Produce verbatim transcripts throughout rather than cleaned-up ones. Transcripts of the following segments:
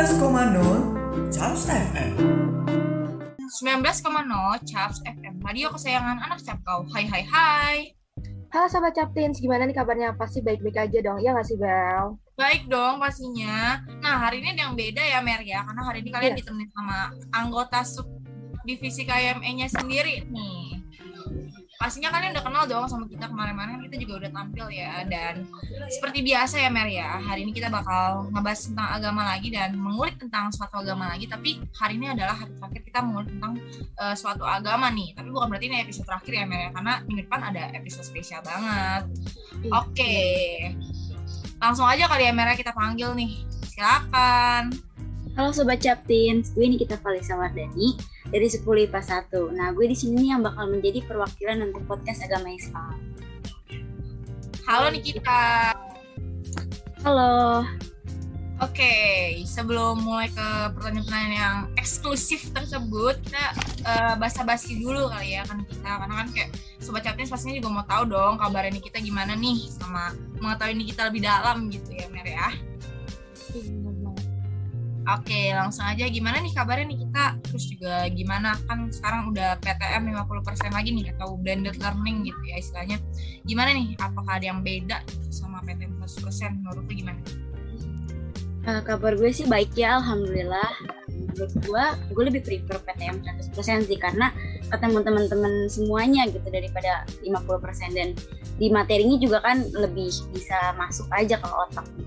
belas koma nol Charles F M. sembilan belas koma nol Chaps F M, radio kesayangan anak Capkau. Hai hai hai. Halo Sobat Captins, gimana nih kabarnya? Pasti baik-baik aja dong, ya nggak sih Bel? Baik dong pastinya. Nah hari ini ada yang beda ya Mer ya, karena hari ini kalian Yes. ditemenin sama anggota sub divisi K M E-nya sendiri nih. Pastinya kalian udah kenal dong sama kita kemarin-kemarin, kita juga udah tampil ya. Dan seperti biasa ya Mer ya, hari ini kita bakal ngebahas tentang agama lagi dan mengulik tentang suatu agama lagi. Tapi hari ini adalah hari terakhir kita mengulik tentang uh, suatu agama nih. Tapi bukan berarti ini episode terakhir ya Mer ya, karena minggu depan ada episode spesial banget. Oke, langsung aja kali ya Mer ya, kita panggil nih. Silakan. Halo Sobat Captins, gue Nikita Valisa Wardani dari sepuluh I P A satu. Nah, gue di sini yang bakal menjadi perwakilan untuk podcast agama Islam. Halo Nikita. Halo. Oke, sebelum mulai ke pertanyaan-pertanyaan yang eksklusif tersebut, kita uh, basa-basi dulu kali ya kan kita, karena kan kayak Sobat Captins pastinya juga mau tahu dong kabarnya Nikita gimana nih, sama mengetahui Nikita lebih dalam gitu ya Mer ya. Oke, langsung aja, gimana nih kabarnya nih kita? Terus juga gimana, kan sekarang udah P T M lima puluh persen lagi nih, atau blended learning gitu ya istilahnya. Gimana nih, apakah ada yang beda gitu sama P T M seratus persen? Menurut lu gimana? Uh, kabar gue sih baik ya, Alhamdulillah. Menurut gue, gue lebih prefer P T M seratus persen sih, karena ketemu teman-teman semuanya gitu daripada lima puluh persen. Dan di materinya juga kan lebih bisa masuk aja ke otak gitu.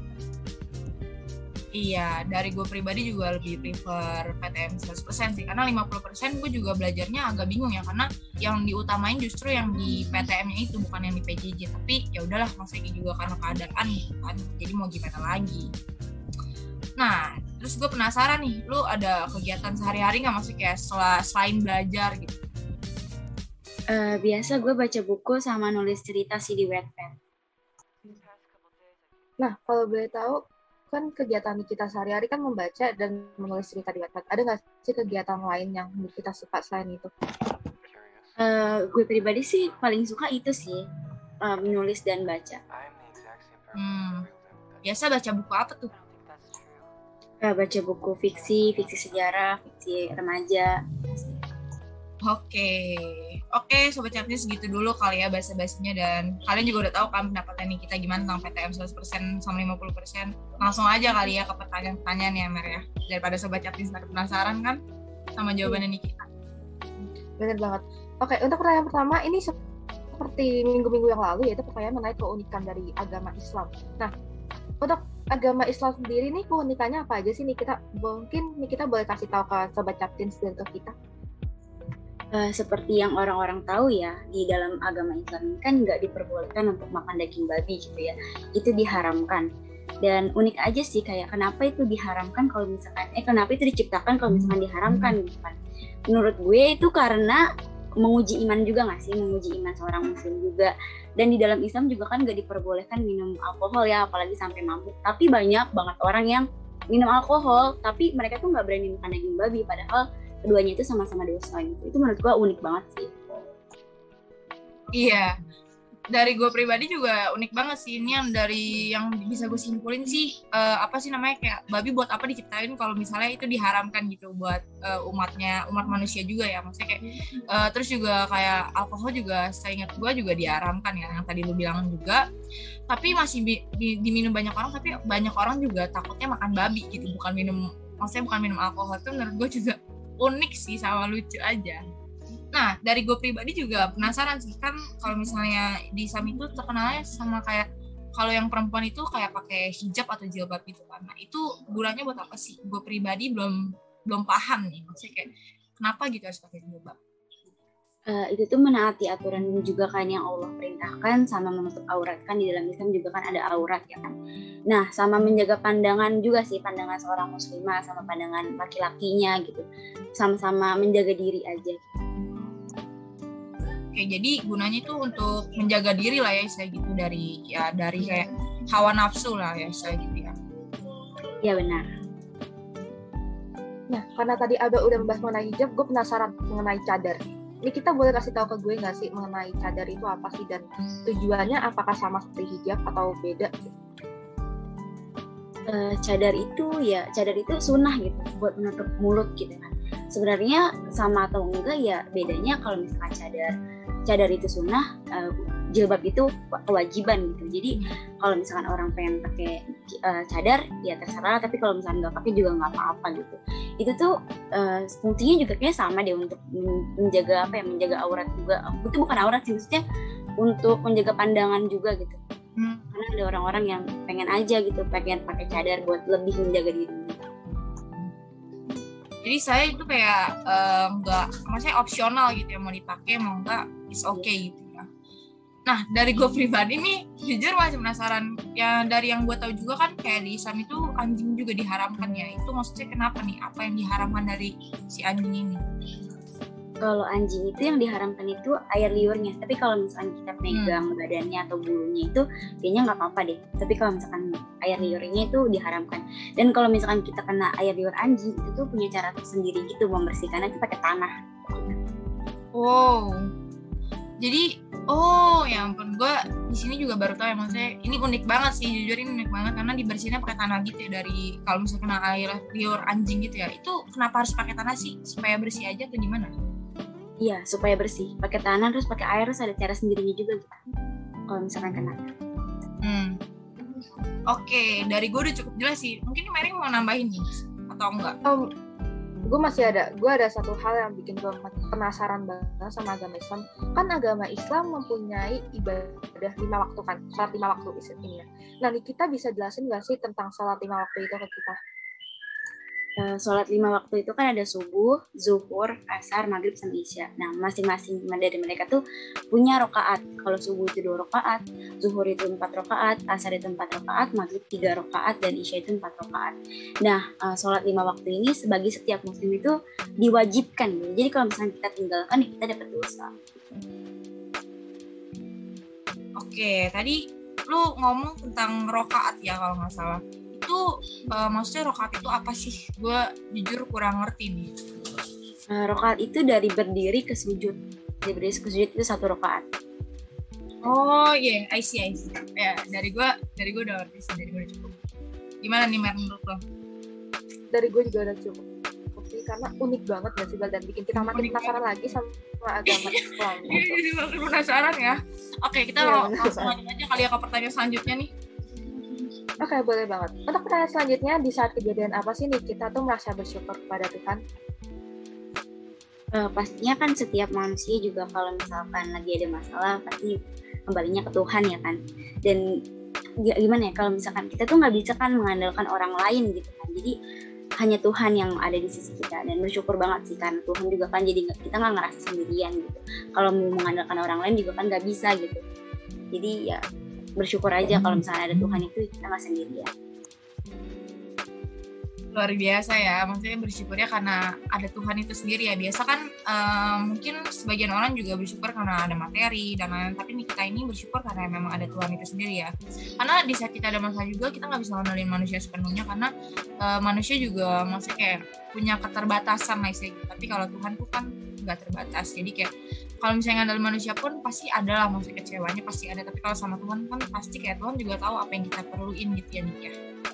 Iya, dari gue pribadi juga lebih prefer P T M seratus persen sih, karena lima puluh persen gue juga belajarnya agak bingung ya, karena yang diutamain justru yang di P T M-nya itu, bukan yang di P J J. Tapi ya udahlah, maksudnya juga karena keadaan gitu kan, jadi mau gimana lagi. Nah, terus gue penasaran nih, lu ada kegiatan sehari-hari nggak, maksudnya kayak setelah, selain belajar gitu? Uh, biasa gue baca buku sama nulis cerita sih di Wattpad. Nah, kalau boleh tahu, kan kegiatan kita sehari-hari kan membaca dan menulis cerita di Wattpad. Ada nggak sih kegiatan lain yang kita suka selain itu? Uh, gue pribadi sih paling suka itu sih, uh, menulis dan baca. Hmm, biasa baca buku apa tuh? Uh, baca buku fiksi, fiksi sejarah, fiksi remaja. Oke, oke Sobat Captins, segitu dulu kali ya basa-basinya, dan kalian juga udah tahu kan pendapatnya nih kita gimana tentang P T M seratus persen sama lima puluh persen. Langsung aja kali ya ke pertanyaan-pertanyaan ya Mer ya, daripada Sobat Captins pada penasaran kan sama jawabannya nih kita. Bener banget. Oke, untuk pertanyaan pertama, ini seperti minggu-minggu yang lalu, yaitu pertanyaan mengenai keunikan dari agama Islam. Nah, untuk agama Islam sendiri nih, keunikannya apa aja sih nih kita? Mungkin nih kita boleh kasih tahu ke Sobat Captins dan ke kita. Uh, seperti yang orang-orang tahu ya, di dalam agama Islam ini kan nggak diperbolehkan untuk makan daging babi gitu ya, itu diharamkan. Dan unik aja sih, kayak kenapa itu diharamkan kalau misalkan, eh kenapa itu diciptakan kalau misalkan diharamkan gitu kan. Menurut gue itu karena menguji iman juga nggak sih, menguji iman seorang muslim juga. Dan di dalam Islam juga kan nggak diperbolehkan minum alkohol ya, apalagi sampai mabuk. Tapi banyak banget orang yang minum alkohol, tapi mereka tuh nggak berani makan daging babi, padahal keduanya itu sama-sama dosa gitu. Itu menurut gue unik banget sih. Iya, dari gue pribadi juga unik banget sih. Ini yang dari yang bisa gue simpulin sih, uh, apa sih namanya, kayak babi buat apa diciptain kalau misalnya itu diharamkan gitu buat uh, umatnya, umat manusia juga ya. Maksudnya kayak uh, terus juga kayak alkohol juga seingat gue juga diharamkan ya, yang tadi lu bilang juga. Tapi masih bi- di- diminum banyak orang, tapi banyak orang juga takutnya makan babi gitu, bukan minum, maksudnya bukan minum alkohol. Itu menurut gue juga unik sih, sama lucu aja. Nah, dari gue pribadi juga penasaran sih, kan kalau misalnya di Islam itu terkenalnya sama kayak kalau yang perempuan itu kayak pakai hijab atau jilbab gitu kan. Nah, itu gunanya buat apa sih? Gue pribadi belum belum paham nih, maksudnya kayak kenapa gitu harus pakai jilbab? Uh, itu tuh menaati aturan juga kan yang Allah perintahkan, sama menutup aurat. Kan di dalam Islam juga kan ada aurat ya kan. Nah, sama menjaga pandangan juga sih, pandangan seorang muslimah sama pandangan laki-lakinya gitu. Sama-sama menjaga diri aja. Oke, jadi gunanya itu untuk menjaga diri lah ya, saya gitu, dari ya dari kayak hawa nafsu lah ya, saya gitu ya. Iya benar. Nah, karena tadi ada udah membahas mengenai hijab, gue penasaran mengenai cadar. Ini kita boleh kasih tahu ke gue nggak sih mengenai cadar itu apa sih, dan tujuannya apakah sama seperti hijab atau beda? uh, cadar itu ya cadar itu sunnah gitu buat menutup mulut gitu kan. Sebenarnya sama atau enggak ya bedanya kalau misalkan cadar cadar itu sunnah, uh, jilbab itu kewajiban gitu. Jadi kalau misalkan orang pengen pakai uh, cadar ya terserah, tapi kalau misalkan nggak pakai juga nggak apa-apa gitu. Itu tuh uh, fungsinya juga kayak sama deh untuk menjaga apa ya menjaga aurat juga. Itu bukan aurat sih, maksudnya untuk menjaga pandangan juga gitu. Hmm. Karena ada orang-orang yang pengen aja gitu pengen pakai cadar buat lebih menjaga diri. Jadi saya itu kayak nggak, uh, maksudnya opsional gitu ya, mau dipakai mau nggak, it's okay gitu ya. Nah dari gue pribadi nih, jujur masih penasaran. Ya dari yang gue tahu juga kan kayak di Islam itu anjing juga diharamkan ya. Itu maksudnya kenapa nih? Apa yang diharamkan dari si anjing ini? Kalau anjing itu yang diharamkan itu air liurnya. Tapi kalau misalkan kita pegang hmm. badannya atau bulunya itu kayaknya nggak apa-apa deh. Tapi kalau misalkan air liurnya itu diharamkan. Dan kalau misalkan kita kena air liur anjing itu tuh punya cara tersendiri gitu membersihkannya itu pakai tanah. Wow. Jadi oh ya ampun, gue di sini juga baru tahu ya, maksudnya ini unik banget sih, jujur ini unik banget karena dibersihinnya pakai tanah gitu ya. Dari kalau misalnya kena air liur anjing gitu ya, itu kenapa harus pakai tanah sih? Supaya bersih aja atau gimana? Iya, supaya bersih. Pakai tanah terus pakai air terus ada cara sendirinya juga gitu. Kalau misalkan kena. Hmm. Oke, okay, dari gue udah cukup jelas sih. Mungkin Mary mau nambahin nih atau enggak? Um, gue masih ada. Gue ada satu hal yang bikin gue penasaran banget sama agama Islam. Kan agama Islam mempunyai ibadah lima waktu kan, sholat lima waktu ini ya. Nah, nih kita bisa jelasin nggak sih tentang sholat lima waktu itu ke kita? Uh, sholat lima waktu itu kan ada subuh, zuhur, asar, maghrib, sama isya. Nah, masing-masing dari mereka tuh punya rokaat. Kalau subuh itu dua rokaat, zuhur itu empat rokaat, asar itu empat rokaat, maghrib tiga rokaat, dan isya itu empat rokaat. Nah, uh, sholat lima waktu ini sebagai setiap muslim itu diwajibkan. Gitu. Jadi kalau misalnya kita tinggalkan, ya kita dapat dosa. Oke, tadi lu ngomong tentang rokaat ya kalau nggak salah. Itu uh, maksudnya rokaat itu apa sih? Gue jujur kurang ngerti nih. Uh, rokaat itu dari berdiri ke sujud. Dari berdiri ke sujud itu satu rokaat. Oh iya, yeah. I see, I see. Ya dari gue, dari gue udah ngerti sih, dari gue udah cukup. Gimana nih Mer menurut lo? Dari gue juga udah cukup. Oke, karena unik banget gak sih Bal, dan bikin kita makin penasaran lagi sama agama Islam. Iya, jadi makin penasaran ya. Oke, kita yeah, langsung lanjut aja kali ya ke pertanyaan selanjutnya nih. Oke, okay, boleh banget. Untuk pertanyaan selanjutnya, di saat kejadian apa sih nih kita tuh merasa bersyukur kepada Tuhan? Uh, pastinya kan setiap manusia juga kalau misalkan lagi ada masalah pasti kembalinya ke Tuhan ya kan. Dan gimana ya, kalau misalkan kita tuh nggak bisa kan mengandalkan orang lain gitu kan. Jadi hanya Tuhan yang ada di sisi kita, dan bersyukur banget sih karena Tuhan juga kan jadi kita nggak ngerasa sendirian gitu. Kalau mau mengandalkan orang lain juga kan nggak bisa gitu. Jadi ya bersyukur aja kalau misalnya ada Tuhan itu kita nggak sendirian. Luar biasa ya, maksudnya bersyukurnya karena ada Tuhan itu sendiri ya. Biasa kan um, mungkin sebagian orang juga bersyukur karena ada materi dan lain-lain, tapi kita ini bersyukur karena memang ada Tuhan itu sendiri ya. Karena di saat kita ada masalah juga kita nggak bisa ngandelin manusia sepenuhnya, karena uh, manusia juga maksudnya kayak punya keterbatasan lah gitu. Tapi kalau Tuhan tuh kan nggak terbatas, jadi kayak kalau misalnya ngandelin manusia pun pasti ada lah, maksudnya kecewanya pasti ada, tapi kalau sama Tuhan kan pasti kayak Tuhan juga tahu apa yang kita perluin gitu ya Nik ya.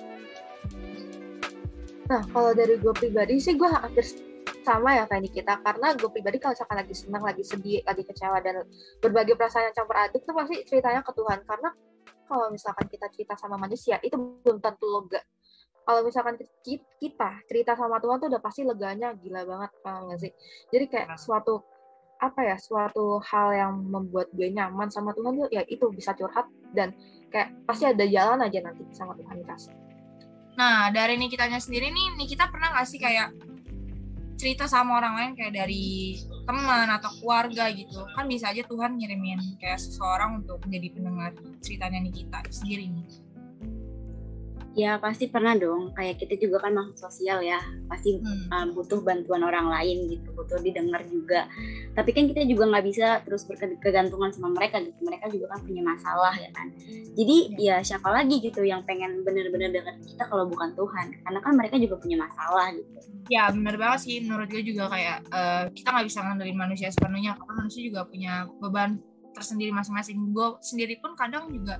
Nah, kalau dari gue pribadi sih gue hampir sama ya kayak Nikita, karena gue pribadi kalau misalkan lagi senang, lagi sedih, lagi kecewa, dan berbagai perasaan yang campur aduk tuh pasti ceritanya ke Tuhan. Karena kalau misalkan kita cerita sama manusia itu belum tentu lega. Kalau misalkan kita cerita sama Tuhan tuh udah pasti leganya gila banget, paham gak sih? Jadi kayak suatu apa ya, suatu hal yang membuat gue nyaman sama Tuhan tuh ya itu bisa curhat, dan kayak pasti ada jalan aja nanti sama Tuhan dikasih. Nah, dari Nikitanya sendiri nih, Nikita pernah gak sih kayak cerita sama orang lain kayak dari teman atau keluarga gitu? Kan bisa aja Tuhan ngirimin kayak seseorang untuk menjadi pendengar ceritanya Nikita sendiri nih. Ya pasti pernah dong, kayak kita juga kan makhluk sosial ya, pasti hmm. uh, butuh bantuan orang lain gitu, butuh didengar juga. Tapi kan kita juga nggak bisa terus berkegantungan sama mereka gitu, mereka juga kan punya masalah ya kan. Jadi ya siapa lagi gitu yang pengen benar-benar dengar kita kalau bukan Tuhan, karena kan mereka juga punya masalah gitu. Ya benar banget sih, menurut gue juga kayak uh, kita nggak bisa ngandelin manusia sepenuhnya, karena manusia juga punya beban tersendiri masing-masing. Gue sendiri pun kadang juga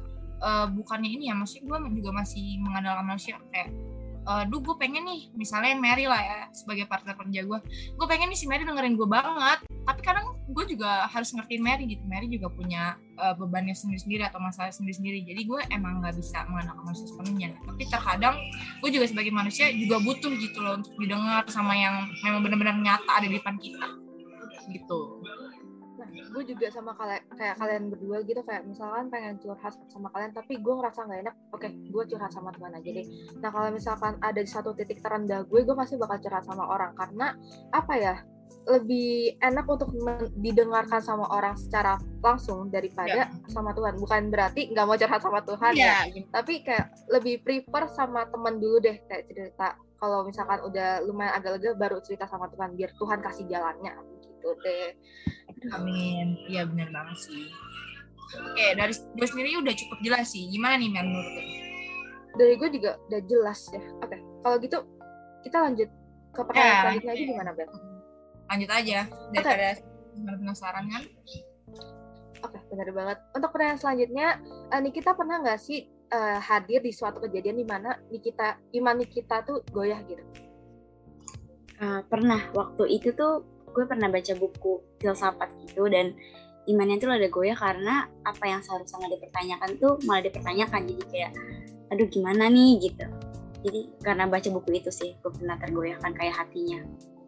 uh, bukannya ini ya, maksudnya gue juga masih mengandalkan manusia kayak Uh, duh gue pengen nih misalnya Mary lah ya sebagai partner kerja gue gue pengen nih si Mary dengerin gue banget, tapi kadang gue juga harus ngertiin Mary gitu. Mary juga punya uh, bebannya sendiri-sendiri atau masalah sendiri-sendiri, jadi gue emang gak bisa mengandalkan manusia sepenuhnya. Tapi terkadang gue juga sebagai manusia juga butuh gitu loh untuk didengar sama yang memang benar-benar nyata ada di depan kita gitu. Nah, gue juga sama kalian, kayak kalian berdua gitu, kayak misalkan pengen curhat sama kalian tapi gue ngerasa nggak enak, oke gue curhat sama Tuhan aja deh. Nah kalau misalkan ada di satu titik terendah gue, gue pasti bakal curhat sama orang, karena apa ya, lebih enak untuk men- didengarkan sama orang secara langsung daripada ya. sama Tuhan. Bukan berarti nggak mau curhat sama Tuhan ya, ya, tapi kayak lebih prefer sama teman dulu deh, kayak cerita. Kalau misalkan udah lumayan agak lega baru cerita sama Tuhan, biar Tuhan kasih jalannya gitu deh. Amin. Iya benar banget sih. Oke, dari gue sendiri udah cukup jelas sih. Gimana nih Mer menurut gue? Dari gue juga udah jelas ya. Oke, kalau gitu kita lanjut ke pertanyaan ya, selanjutnya aja gimana, Ben? Lanjut aja daripada okay. penasaran kan? Oke, benar banget. Untuk pertanyaan selanjutnya, uh, Nikita pernah nggak sih uh, hadir di suatu kejadian di mana Nikita, iman Nikita tuh goyah gitu? Uh, pernah. Waktu itu tuh gue pernah baca buku filsafat gitu, dan imannya tuh ada goyah karena apa yang seharusnya nggak dipertanyakan tuh malah dipertanyakan. Jadi kayak aduh gimana nih gitu. Jadi karena baca buku itu sih gue pernah tergoyahkan kayak hatinya.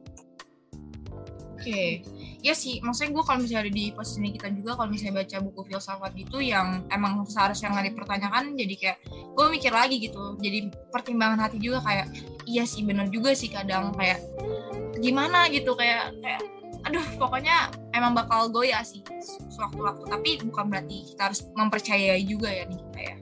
Oke, okay. Ya sih, maksudnya gue kalau misalnya ada di posisi kita juga, kalau misalnya baca buku filsafat gitu yang emang seharusnya nggak dipertanyakan, jadi kayak gue mikir lagi gitu, jadi pertimbangan hati juga kayak iya sih bener juga sih kadang kayak gimana gitu, kayak kayak aduh pokoknya emang bakal goyah sih sewaktu-waktu, tapi bukan berarti kita harus mempercayai juga ya nih kayak.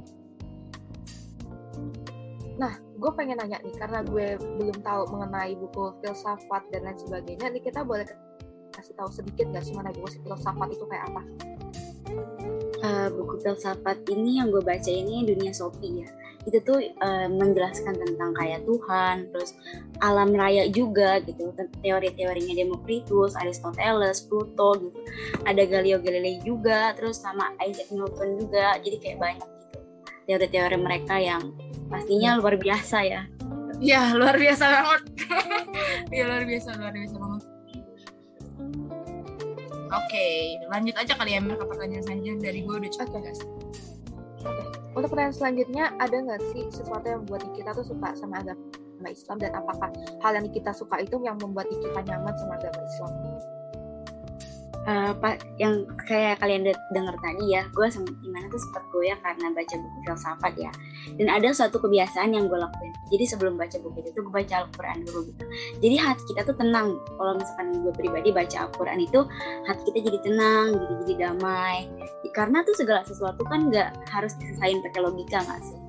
Nah, gue pengen nanya nih, karena gue belum tahu mengenai buku filsafat dan lain sebagainya, nih kita boleh kasih tahu sedikit nggak sih mana buku filsafat itu kayak apa? Uh, buku filsafat ini yang gue baca ini Dunia Sophie ya. Itu tuh uh, menjelaskan tentang kayak Tuhan, terus alam raya juga gitu, teori-teorinya Democritus, Aristoteles, Pluto gitu. Ada Galileo Galilei juga, terus sama Isaac Newton juga. Jadi kayak banyak gitu teori-teori mereka yang pastinya luar biasa ya. Iya, luar biasa banget. Iya, luar biasa, luar biasa banget. Oke, lanjut aja kali ya ke pertanyaan selanjutnya. Dari gue udah cukup guys. Oke, untuk pertanyaan selanjutnya, ada nggak sih sesuatu yang membuat kita tuh suka sama agama Islam, dan apakah hal yang kita suka itu yang membuat kita nyaman sama agama Islam? Uh, pak, yang kayak kalian de- dengar tadi ya, gue sama gimana tuh sempat goyah karena baca buku filsafat ya. Dan ada suatu kebiasaan yang gue lakuin. Jadi sebelum baca buku itu, gue baca Al-Quran dulu gitu. Jadi hati kita tuh tenang. Kalau misalkan gue pribadi baca Al-Quran itu, hati kita jadi tenang, jadi jadi damai. Karena tuh segala sesuatu kan nggak harus diselesain pakai logika, nggak sih?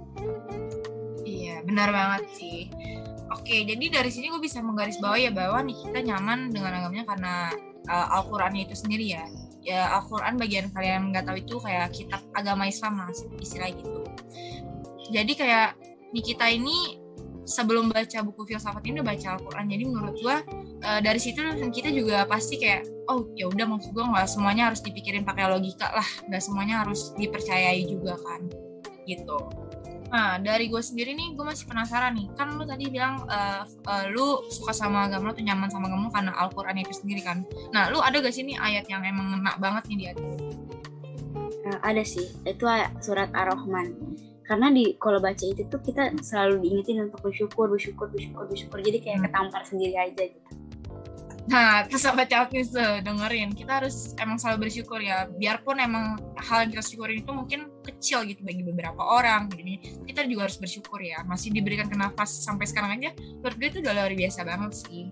Iya, benar banget sih. Oke, jadi dari sini gue bisa menggarisbawahi ya bahwa nih kita nyaman dengan agamanya karena uh, Al-Qurannya itu sendiri ya. Ya Al-Quran bagian kalian nggak tahu itu kayak kitab agama Islam lah istilah gitu. Jadi kayak nih kita ini sebelum baca buku filsafat ini udah baca Al-Quran. Jadi menurut gue uh, dari situ kita juga pasti kayak oh ya udah, maksud gue nggak semuanya harus dipikirin pakai logika lah, nggak semuanya harus dipercayai juga kan gitu. Nah, dari gue sendiri nih, gue masih penasaran nih. Kan lu tadi bilang uh, uh, lu suka sama agama, lu tuh nyaman sama agama karena Al-Quran itu sendiri kan. Nah, lu ada gak sih nih ayat yang emang ngena banget nih di hati? Uh, ada sih, itu surat Ar-Rahman. Karena di kalau baca itu tuh kita selalu diingetin untuk bersyukur, bersyukur, bersyukur, bersyukur. Jadi kayak ketampar sendiri aja gitu. Nah, terus sahabat Calkis tuh dengerin, kita harus emang selalu bersyukur ya, biarpun emang hal yang kita syukurin itu mungkin kecil gitu bagi beberapa orang, jadi kita juga harus bersyukur ya, masih diberikan nafas sampai sekarang aja, menurut gue itu udah luar biasa banget sih.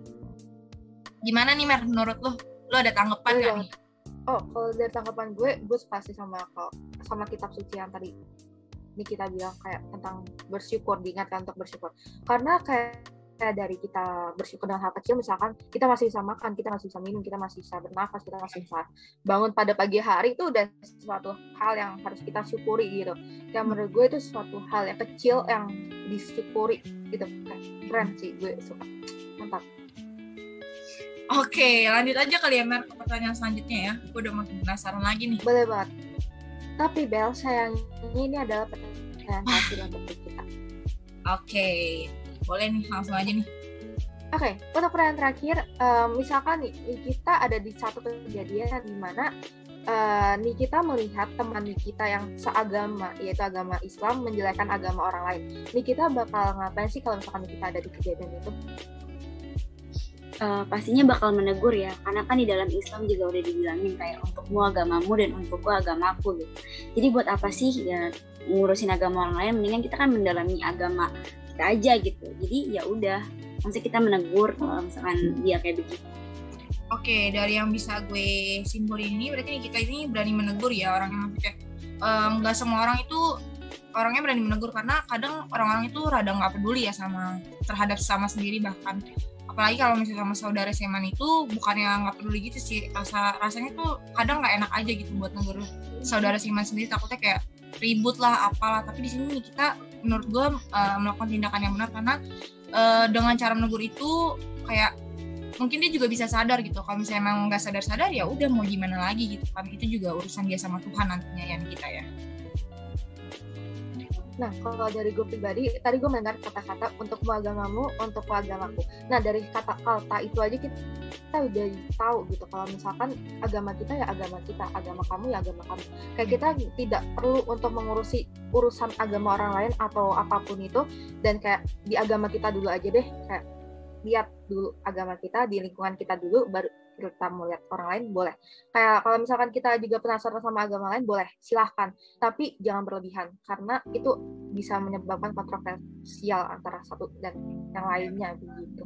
Gimana nih Mer, menurut lo, lo ada tanggapan nggak nih? Oh, kalau dari tanggapan gue, gue pasti sama sama kitab suci yang tadi ini kita bilang kayak tentang bersyukur, diingatkan untuk bersyukur, karena kayak dari kita bersyukur dengan hal kecil, misalkan kita masih bisa makan, kita masih bisa minum, kita masih bisa bernafas, kita masih bisa bangun pada pagi hari, itu udah sesuatu hal yang harus kita syukuri gitu. Yang menurut gue itu sesuatu hal yang kecil yang disyukuri gitu. Keren sih, gue suka. Mantap. Oke, lanjut aja kali ya Mer ke pertanyaan selanjutnya ya. Gue udah makin penasaran lagi nih. Boleh banget. Tapi Bel, sayangnya ini adalah pertanyaan terakhir untuk kita. Oke, boleh nih langsung aja nih. Oke, okay, untuk pertanyaan terakhir, um, misalkan nih kita ada di satu kejadian di mana uh, nih kita melihat teman nih kita yang seagama, yaitu agama Islam, menjelekkan agama orang lain. Nih kita bakal ngapain sih kalau misalkan kita ada di kejadian itu? Uh, pastinya bakal menegur ya, karena kan di dalam Islam juga udah dibilangin kayak untukmu agamamu dan untukku agamaku gitu. Jadi buat apa sih ya ngurusin agama orang lain, mendingan kita kan mendalami agama kita aja gitu. Jadi ya udah, maksudnya kita menegur kalau misalkan dia kayak begitu. Oke, dari yang bisa gue simpulin ini berarti kita ini berani menegur ya orangnya, maksudnya nggak um, semua orang itu orangnya berani menegur, karena kadang orang-orang itu rada nggak peduli ya sama terhadap sesama sendiri, bahkan apalagi kalau misalnya sama saudara seman itu bukannya nggak peduli gitu sih, rasa rasanya tuh kadang nggak enak aja gitu buat negur saudara seman sendiri, takutnya kayak ribut lah apalah. Tapi di sini kita menurut gue uh, melakukan tindakan yang benar, karena uh, dengan cara menegur itu kayak mungkin dia juga bisa sadar gitu. Kalau misalnya emang nggak sadar-sadar ya udah mau gimana lagi gitu kan, itu juga urusan dia sama Tuhan nantinya yang kita ya. Nah, kalau dari gue pribadi, tadi gue mendengar kata-kata untukmu agamamu, untukku agamaku. Nah, dari kata-kata itu aja kita, kita udah tahu gitu, kalau misalkan agama kita ya agama kita, agama kamu ya agama kamu. Kayak kita tidak perlu untuk mengurusi urusan agama orang lain atau apapun itu, dan kayak di agama kita dulu aja deh, kayak lihat dulu agama kita, di lingkungan kita dulu, baru kita mau lihat orang lain, boleh. Kayak kalau misalkan kita juga penasaran sama agama lain, boleh, silahkan. Tapi jangan berlebihan, karena itu bisa menyebabkan kontroversial antara satu dan yang lainnya begitu.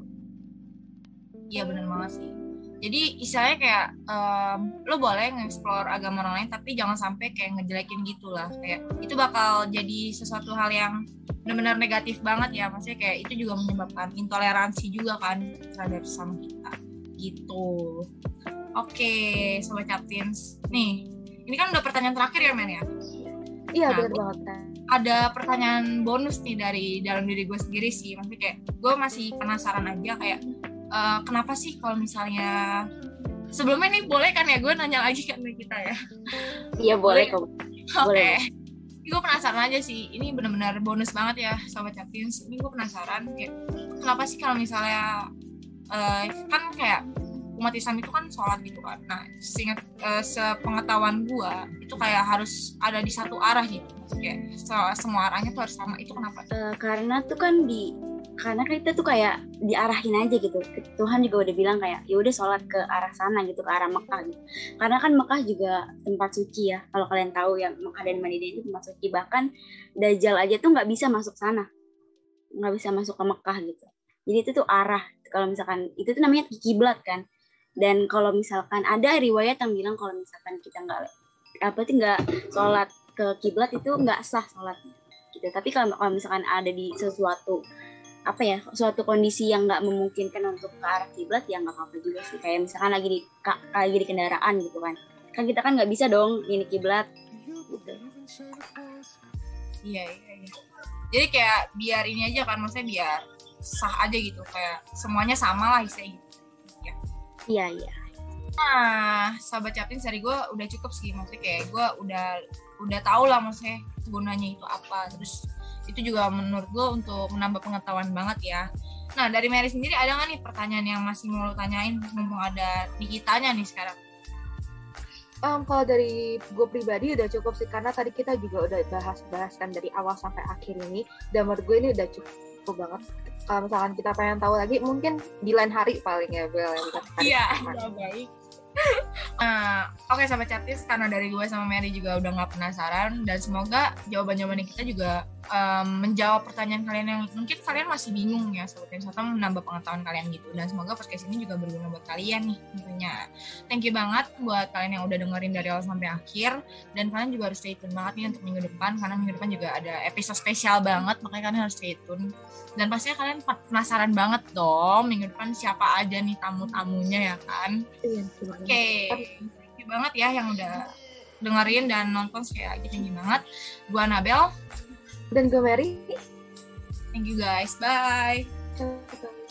Iya benar banget sih. Jadi istilahnya kayak um, lo boleh nge-explore agama orang lain, tapi jangan sampai kayak ngejelekin gitu lah. Kayak itu bakal jadi sesuatu hal yang benar-benar negatif banget ya. Maksudnya kayak itu juga menyebabkan intoleransi juga kan terhadap sesama kita gitu. Oke, Sobat Captains. Nih, ini kan udah pertanyaan terakhir ya, Men ya? Iya, nah, benar banget. Ada pertanyaan bonus nih dari dalam diri gue sendiri sih. Maksudnya kayak gue masih penasaran aja kayak uh, kenapa sih kalau misalnya sebelumnya nih boleh kan ya gue nanya lagi kan ke kita ya? Iya, boleh kok. Oke. Okay. Gue penasaran aja sih. Ini benar-benar bonus banget ya, Sobat Captains. Ini gue penasaran kayak kenapa sih kalau misalnya Uh, kan kayak umat Islam itu kan sholat gitu kan. Nah, seingat uh, sepengetahuan gue itu kayak harus ada di satu arah gitu. Kayak so, semua arahnya tuh harus sama. Itu kenapa? Uh, karena tuh kan di karena kita tuh kayak diarahin aja gitu. Tuhan juga udah bilang kayak ya udah sholat ke arah sana gitu, ke arah Mekah gitu. Karena kan Mekah juga tempat suci ya. Kalau kalian tahu yang Mekah dan Madinah itu tempat suci, bahkan Dajjal aja tuh nggak bisa masuk sana, nggak bisa masuk ke Mekah gitu. Jadi itu tuh arah. Kalau misalkan itu tuh namanya kiblat kan. Dan kalau misalkan ada riwayat yang bilang kalau misalkan kita nggak apa tuh nggak sholat ke kiblat itu nggak sah sholatnya gitu. Tapi kalau, kalau misalkan ada di sesuatu apa ya suatu kondisi yang nggak memungkinkan untuk ke arah kiblat ya nggak apa-apa juga sih. Kayak misalkan lagi di lagi di kendaraan gitu kan. Kan kita kan nggak bisa dong ini kiblat gitu. Iya iya iya. Jadi kayak biar ini aja kan, maksudnya biar sah aja gitu, kayak semuanya sama lah istilahnya gitu ya. Iya iya. Nah, Sobat Captains dari gue udah cukup sih, maksudnya kayak gue udah udah tahu lah maksudnya gunanya itu apa, terus itu juga menurut gue untuk menambah pengetahuan banget ya. Nah, dari Mary sendiri ada nggak nih pertanyaan yang masih mau lo tanyain mumpung ada di kitanya nih sekarang? Um, kalau dari gue pribadi udah cukup sih, karena tadi kita juga udah bahas-bahas kan dari awal sampai akhir ini, dan menurut gue ini udah cukup banget. Kalau misalkan kita pengen tahu lagi, mungkin di lain hari paling ya, Bel. Iya, udah baik. Uh, Oke okay, Sobat Captains, karena dari gue sama Mary juga udah gak penasaran, dan semoga jawaban-jawaban kita juga um, menjawab pertanyaan kalian yang mungkin kalian masih bingung ya Sobat Captains, atau menambah pengetahuan kalian gitu. Dan semoga podcast ini juga berguna buat kalian nih tentunya. Thank you banget buat kalian yang udah dengerin dari awal sampai akhir, dan kalian juga harus stay tune banget nih untuk minggu depan, karena minggu depan juga ada episode spesial banget, makanya kalian harus stay tune. Dan pastinya kalian penasaran banget dong minggu depan siapa aja nih tamu-tamunya ya kan. Iya, Oke, okay. Thank you banget ya yang udah dengerin dan nonton sekali lagi, thank you banget. Gua Anabel dan gue Mary. Thank you guys, bye. Bye.